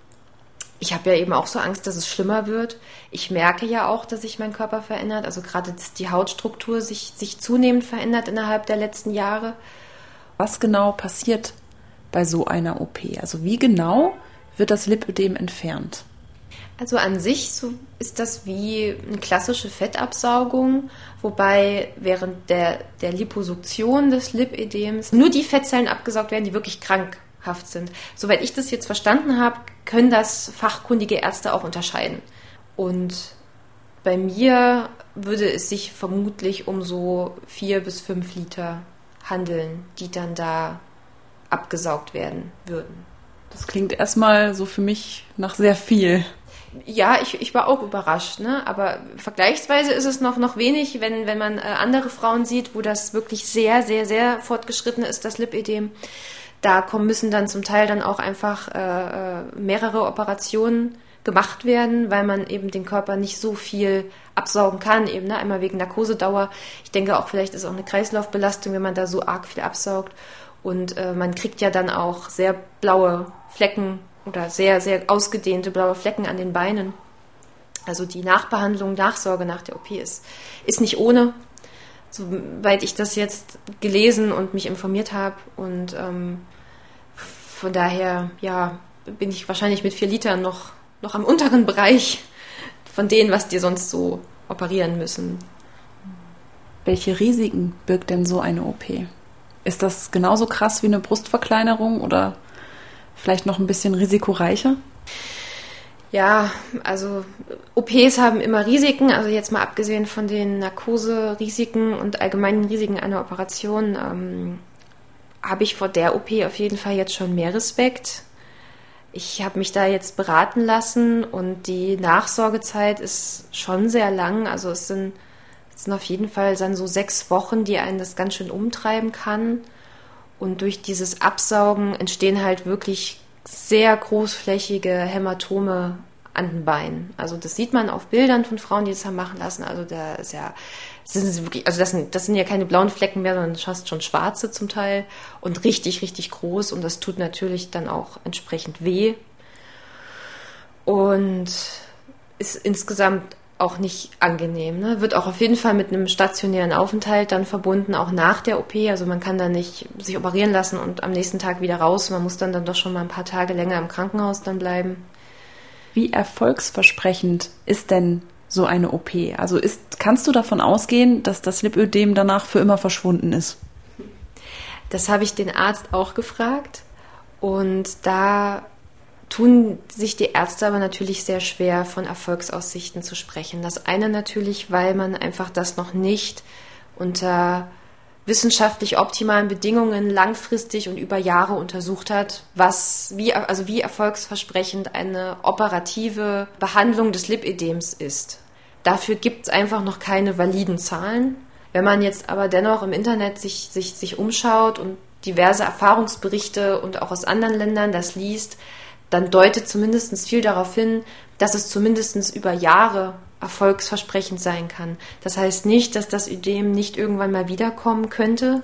ich habe ja eben auch so Angst, dass es schlimmer wird. Ich merke ja auch, dass sich mein Körper verändert, also gerade, dass die Hautstruktur sich, sich zunehmend verändert innerhalb der letzten Jahre. Was genau passiert bei so einer O P? Also wie genau wird das Lipödem entfernt? Also an sich so ist das wie eine klassische Fettabsaugung, wobei während der, der Liposuktion des Lipödems nur die Fettzellen abgesaugt werden, die wirklich krankhaft sind. Soweit ich das jetzt verstanden habe, können das fachkundige Ärzte auch unterscheiden. Und bei mir würde es sich vermutlich um so vier bis fünf Liter handeln, die dann da abgesaugt werden würden. Das klingt erstmal so für mich nach sehr viel. Ja, ich, ich war auch überrascht, ne? Aber vergleichsweise ist es noch, noch wenig, wenn, wenn man äh, andere Frauen sieht, wo das wirklich sehr, sehr, sehr fortgeschritten ist, das Lipödem. Da kommen, müssen dann zum Teil dann auch einfach äh, mehrere Operationen gemacht werden, weil man eben den Körper nicht so viel absaugen kann, eben, ne? Einmal wegen Narkosedauer. Ich denke auch, vielleicht ist auch eine Kreislaufbelastung, wenn man da so arg viel absaugt. Und äh, man kriegt ja dann auch sehr blaue Flecken oder sehr, sehr ausgedehnte blaue Flecken an den Beinen. Also die Nachbehandlung, Nachsorge nach der O P ist, ist nicht ohne, soweit ich das jetzt gelesen und mich informiert habe. Und ähm, von daher, ja, bin ich wahrscheinlich mit vier Litern noch, noch am unteren Bereich von denen, was die sonst so operieren müssen. Welche Risiken birgt denn so eine O P? Ist das genauso krass wie eine Brustverkleinerung oder vielleicht noch ein bisschen risikoreicher? Ja, also O Ps haben immer Risiken, also jetzt mal abgesehen von den Narkoserisiken und allgemeinen Risiken einer Operation, ähm, habe ich vor der O P auf jeden Fall jetzt schon mehr Respekt. Ich habe mich da jetzt beraten lassen und die Nachsorgezeit ist schon sehr lang, also es sind Es sind auf jeden Fall dann so sechs Wochen, die einen das ganz schön umtreiben kann. Und durch dieses Absaugen entstehen halt wirklich sehr großflächige Hämatome an den Beinen. Also das sieht man auf Bildern von Frauen, die das haben machen lassen. Also da ist ja, das sind wirklich, also das sind, das sind ja keine blauen Flecken mehr, sondern fast schon schwarze zum Teil und richtig, richtig groß. Und das tut natürlich dann auch entsprechend weh. Und ist insgesamt auch nicht angenehm. Ne? Wird auch auf jeden Fall mit einem stationären Aufenthalt dann verbunden, auch nach der O P. Also man kann da nicht sich operieren lassen und am nächsten Tag wieder raus. Man muss dann, dann doch schon mal ein paar Tage länger im Krankenhaus dann bleiben. Wie erfolgsversprechend ist denn so eine O P? Also ist, kannst du davon ausgehen, dass das Lipödem danach für immer verschwunden ist? Das habe ich den Arzt auch gefragt. Und da tun sich die Ärzte aber natürlich sehr schwer, von Erfolgsaussichten zu sprechen. Das eine natürlich, weil man einfach das noch nicht unter wissenschaftlich optimalen Bedingungen langfristig und über Jahre untersucht hat, was wie, also wie erfolgsversprechend eine operative Behandlung des Lipödems ist. Dafür gibt es einfach noch keine validen Zahlen. Wenn man jetzt aber dennoch im Internet sich, sich, sich umschaut und diverse Erfahrungsberichte und auch aus anderen Ländern das liest, dann deutet zumindest viel darauf hin, dass es zumindest über Jahre erfolgsversprechend sein kann. Das heißt nicht, dass das Ödem nicht irgendwann mal wiederkommen könnte,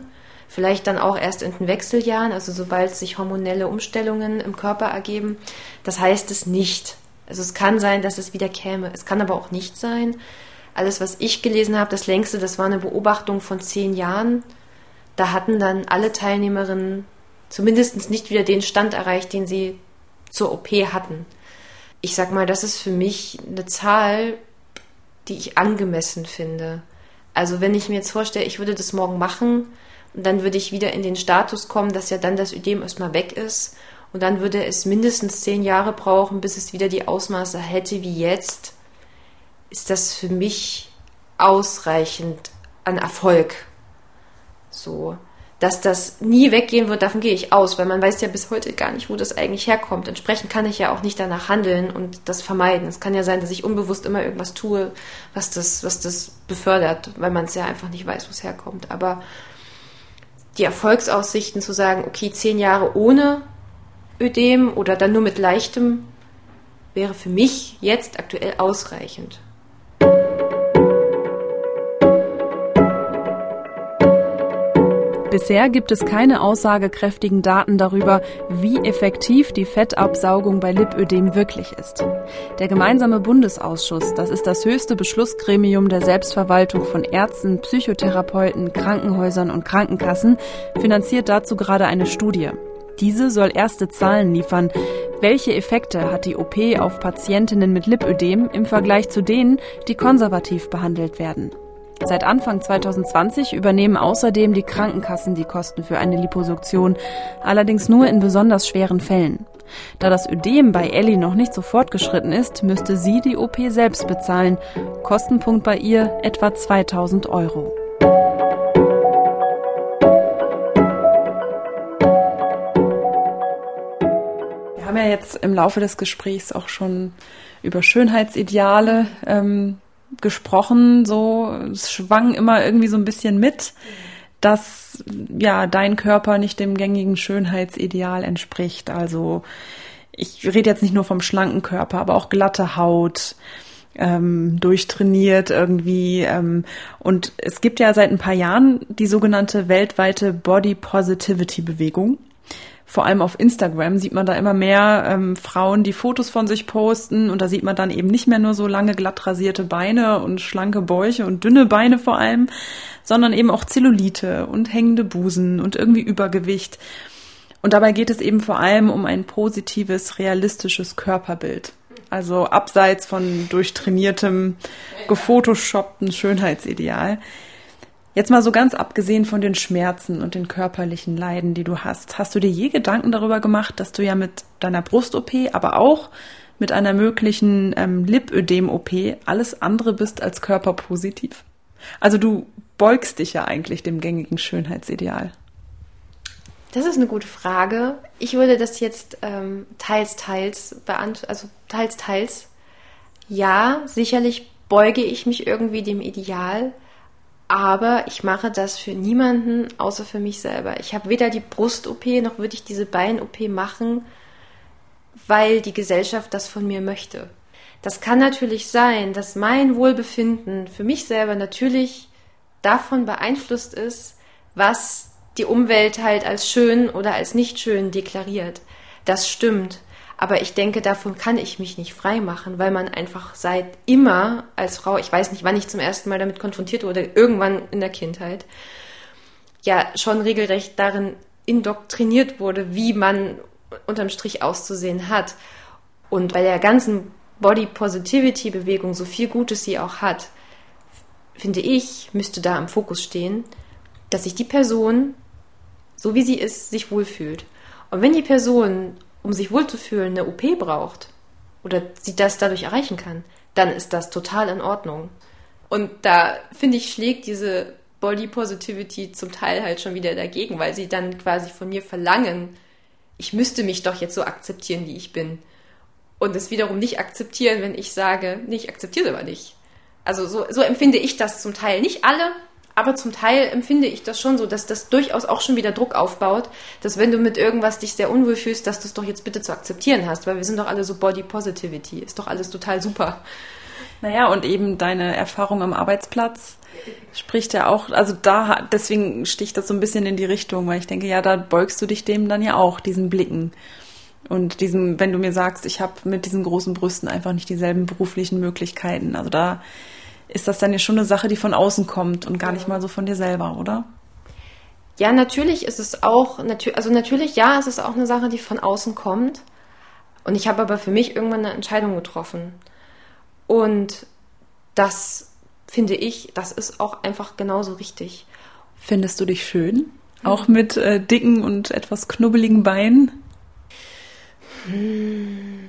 vielleicht dann auch erst in den Wechseljahren, also sobald sich hormonelle Umstellungen im Körper ergeben. Das heißt es nicht. Also es kann sein, dass es wieder käme. Es kann aber auch nicht sein. Alles, was ich gelesen habe, das längste, das war eine Beobachtung von zehn Jahren. Da hatten dann alle Teilnehmerinnen zumindest nicht wieder den Stand erreicht, den sie zur O P hatten. Ich sag mal, das ist für mich eine Zahl, die ich angemessen finde. Also wenn ich mir jetzt vorstelle, ich würde das morgen machen und dann würde ich wieder in den Status kommen, dass ja dann das Ödem erstmal weg ist und dann würde es mindestens zehn Jahre brauchen, bis es wieder die Ausmaße hätte wie jetzt, ist das für mich ausreichend an Erfolg. So, dass das nie weggehen wird, davon gehe ich aus, weil man weiß ja bis heute gar nicht, wo das eigentlich herkommt. Entsprechend kann ich ja auch nicht danach handeln und das vermeiden. Es kann ja sein, dass ich unbewusst immer irgendwas tue, was das, was das befördert, weil man es ja einfach nicht weiß, wo es herkommt. Aber die Erfolgsaussichten zu sagen, okay, zehn Jahre ohne Ödem oder dann nur mit leichtem, wäre für mich jetzt aktuell ausreichend. Bisher gibt es keine aussagekräftigen Daten darüber, wie effektiv die Fettabsaugung bei Lipödem wirklich ist. Der gemeinsame Bundesausschuss, das ist das höchste Beschlussgremium der Selbstverwaltung von Ärzten, Psychotherapeuten, Krankenhäusern und Krankenkassen, finanziert dazu gerade eine Studie. Diese soll erste Zahlen liefern. Welche Effekte hat die O P auf Patientinnen mit Lipödem im Vergleich zu denen, die konservativ behandelt werden? Seit Anfang zwanzig zwanzig übernehmen außerdem die Krankenkassen die Kosten für eine Liposuktion, allerdings nur in besonders schweren Fällen. Da das Ödem bei Elli noch nicht so fortgeschritten ist, müsste sie die O P selbst bezahlen. Kostenpunkt bei ihr etwa zweitausend Euro. Wir haben ja jetzt im Laufe des Gesprächs auch schon über Schönheitsideale ähm, gesprochen, so, es schwang immer irgendwie so ein bisschen mit, dass ja dein Körper nicht dem gängigen Schönheitsideal entspricht. Also ich rede jetzt nicht nur vom schlanken Körper, aber auch glatte Haut, ähm, durchtrainiert irgendwie. Ähm, und es gibt ja seit ein paar Jahren die sogenannte weltweite Body Positivity Bewegung. Vor allem auf Instagram sieht man da immer mehr ähm, Frauen, die Fotos von sich posten und da sieht man dann eben nicht mehr nur so lange glatt rasierte Beine und schlanke Bäuche und dünne Beine vor allem, sondern eben auch Zellulite und hängende Busen und irgendwie Übergewicht. Und dabei geht es eben vor allem um ein positives, realistisches Körperbild. Also abseits von durchtrainiertem, gefotoshoppten Schönheitsideal. Jetzt mal so ganz abgesehen von den Schmerzen und den körperlichen Leiden, die du hast. Hast du dir je Gedanken darüber gemacht, dass du ja mit deiner Brust-O P, aber auch mit einer möglichen ähm, Lipödem-O P alles andere bist als körperpositiv? Also du beugst dich ja eigentlich dem gängigen Schönheitsideal. Das ist eine gute Frage. Ich würde das jetzt ähm, teils, teils beantworten, also teils, teils. Ja, sicherlich beuge ich mich irgendwie dem Ideal, aber ich mache das für niemanden, außer für mich selber. Ich habe weder die Brust-O P, noch würde ich diese Bein-O P machen, weil die Gesellschaft das von mir möchte. Das kann natürlich sein, dass mein Wohlbefinden für mich selber natürlich davon beeinflusst ist, was die Umwelt halt als schön oder als nicht schön deklariert. Das stimmt. Aber ich denke, davon kann ich mich nicht frei machen, weil man einfach seit immer als Frau, ich weiß nicht, wann ich zum ersten Mal damit konfrontiert wurde, irgendwann in der Kindheit, ja schon regelrecht darin indoktriniert wurde, wie man unterm Strich auszusehen hat. Und bei der ganzen Body-Positivity-Bewegung, so viel Gutes sie auch hat, finde ich, müsste da im Fokus stehen, dass sich die Person, so wie sie ist, sich wohlfühlt. Und wenn die Person, um sich wohlzufühlen, eine O P braucht oder sie das dadurch erreichen kann, dann ist das total in Ordnung. Und da, finde ich, schlägt diese Body Positivity zum Teil halt schon wieder dagegen, weil sie dann quasi von mir verlangen, ich müsste mich doch jetzt so akzeptieren, wie ich bin. Und es wiederum nicht akzeptieren, wenn ich sage, nee, ich akzeptiere es aber nicht. Also so, so empfinde ich das zum Teil. Nicht alle, aber zum Teil empfinde ich das schon so, dass das durchaus auch schon wieder Druck aufbaut, dass wenn du mit irgendwas dich sehr unwohl fühlst, dass du es doch jetzt bitte zu akzeptieren hast, weil wir sind doch alle so Body Positivity, ist doch alles total super. Naja, und eben deine Erfahrung am Arbeitsplatz spricht ja auch, also da, deswegen sticht das so ein bisschen in die Richtung, weil ich denke, ja, da beugst du dich dem dann ja auch, diesen Blicken. Und diesem, wenn du mir sagst, ich habe mit diesen großen Brüsten einfach nicht dieselben beruflichen Möglichkeiten. Also da ist das dann ja schon eine Sache, die von außen kommt und gar nicht mal so von dir selber, oder? Ja, natürlich ist es auch, also natürlich, ja, es ist auch eine Sache, die von außen kommt. Und ich habe aber für mich irgendwann eine Entscheidung getroffen. Und das finde ich, das ist auch einfach genauso richtig. Findest du dich schön? Auch mit äh, dicken und etwas knubbeligen Beinen? Hm.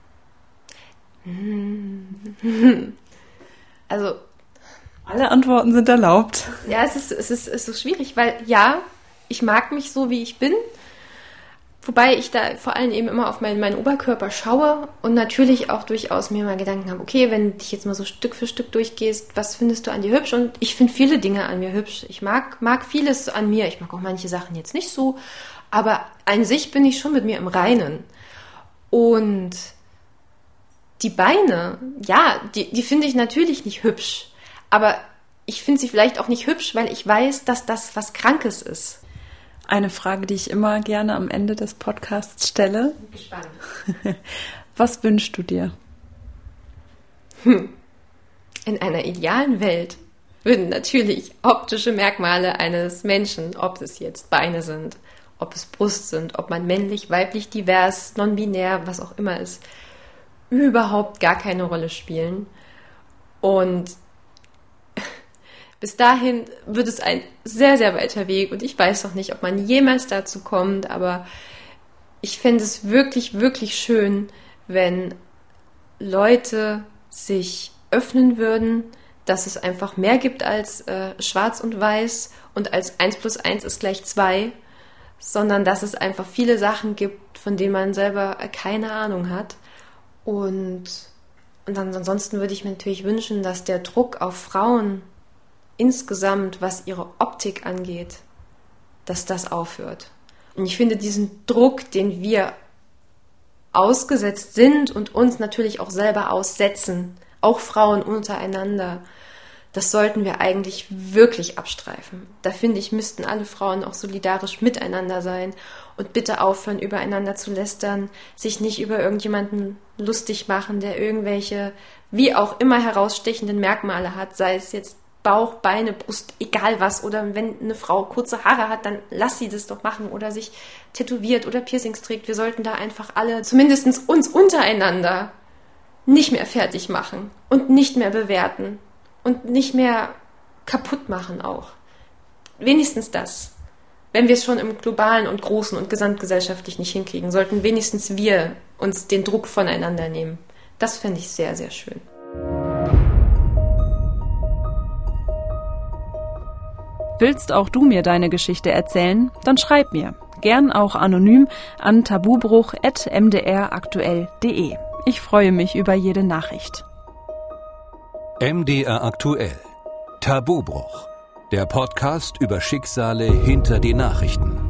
Hm. Also alle Antworten sind erlaubt. Ja, es ist, es ist, es ist so schwierig, weil ja, ich mag mich so, wie ich bin. Wobei ich da vor allem eben immer auf meinen, meinen Oberkörper schaue und natürlich auch durchaus mir mal Gedanken habe, okay, wenn du dich jetzt mal so Stück für Stück durchgehst, was findest du an dir hübsch? Und ich finde viele Dinge an mir hübsch. Ich mag, mag vieles an mir. Ich mag auch manche Sachen jetzt nicht so. Aber an sich bin ich schon mit mir im Reinen. Und die Beine, ja, die, die finde ich natürlich nicht hübsch. Aber ich finde sie vielleicht auch nicht hübsch, weil ich weiß, dass das was Krankes ist. Eine Frage, die ich immer gerne am Ende des Podcasts stelle. Ich bin gespannt. Was wünschst du dir? Hm. In einer idealen Welt würden natürlich optische Merkmale eines Menschen, ob es jetzt Beine sind, ob es Brust sind, ob man männlich, weiblich, divers, non-binär, was auch immer ist, überhaupt gar keine Rolle spielen. Und bis dahin wird es ein sehr, sehr weiter Weg und ich weiß noch nicht, ob man jemals dazu kommt, aber ich fände es wirklich, wirklich schön, wenn Leute sich öffnen würden, dass es einfach mehr gibt als äh, schwarz und weiß und als eins plus eins ist gleich zwei, sondern dass es einfach viele Sachen gibt, von denen man selber keine Ahnung hat. Und, und dann, ansonsten würde ich mir natürlich wünschen, dass der Druck auf Frauen insgesamt, was ihre Optik angeht, dass das aufhört. Und ich finde diesen Druck, den wir ausgesetzt sind und uns natürlich auch selber aussetzen, auch Frauen untereinander, das sollten wir eigentlich wirklich abstreifen. Da finde ich, müssten alle Frauen auch solidarisch miteinander sein und bitte aufhören, übereinander zu lästern, sich nicht über irgendjemanden lustig machen, der irgendwelche, wie auch immer herausstechenden Merkmale hat, sei es jetzt Bauch, Beine, Brust, egal was. Oder wenn eine Frau kurze Haare hat, dann lass sie das doch machen oder sich tätowiert oder Piercings trägt. Wir sollten da einfach alle, zumindest uns untereinander, nicht mehr fertig machen und nicht mehr bewerten und nicht mehr kaputt machen auch. Wenigstens das. Wenn wir es schon im Globalen und Großen und gesamtgesellschaftlich nicht hinkriegen, sollten wenigstens wir uns den Druck voneinander nehmen. Das fände ich sehr, sehr schön. Willst auch du mir deine Geschichte erzählen? Dann schreib mir. Gern auch anonym an tabubruch at m d r aktuell punkt d e. Ich freue mich über jede Nachricht. M D R aktuell. Tabubruch. Der Podcast über Schicksale hinter die Nachrichten.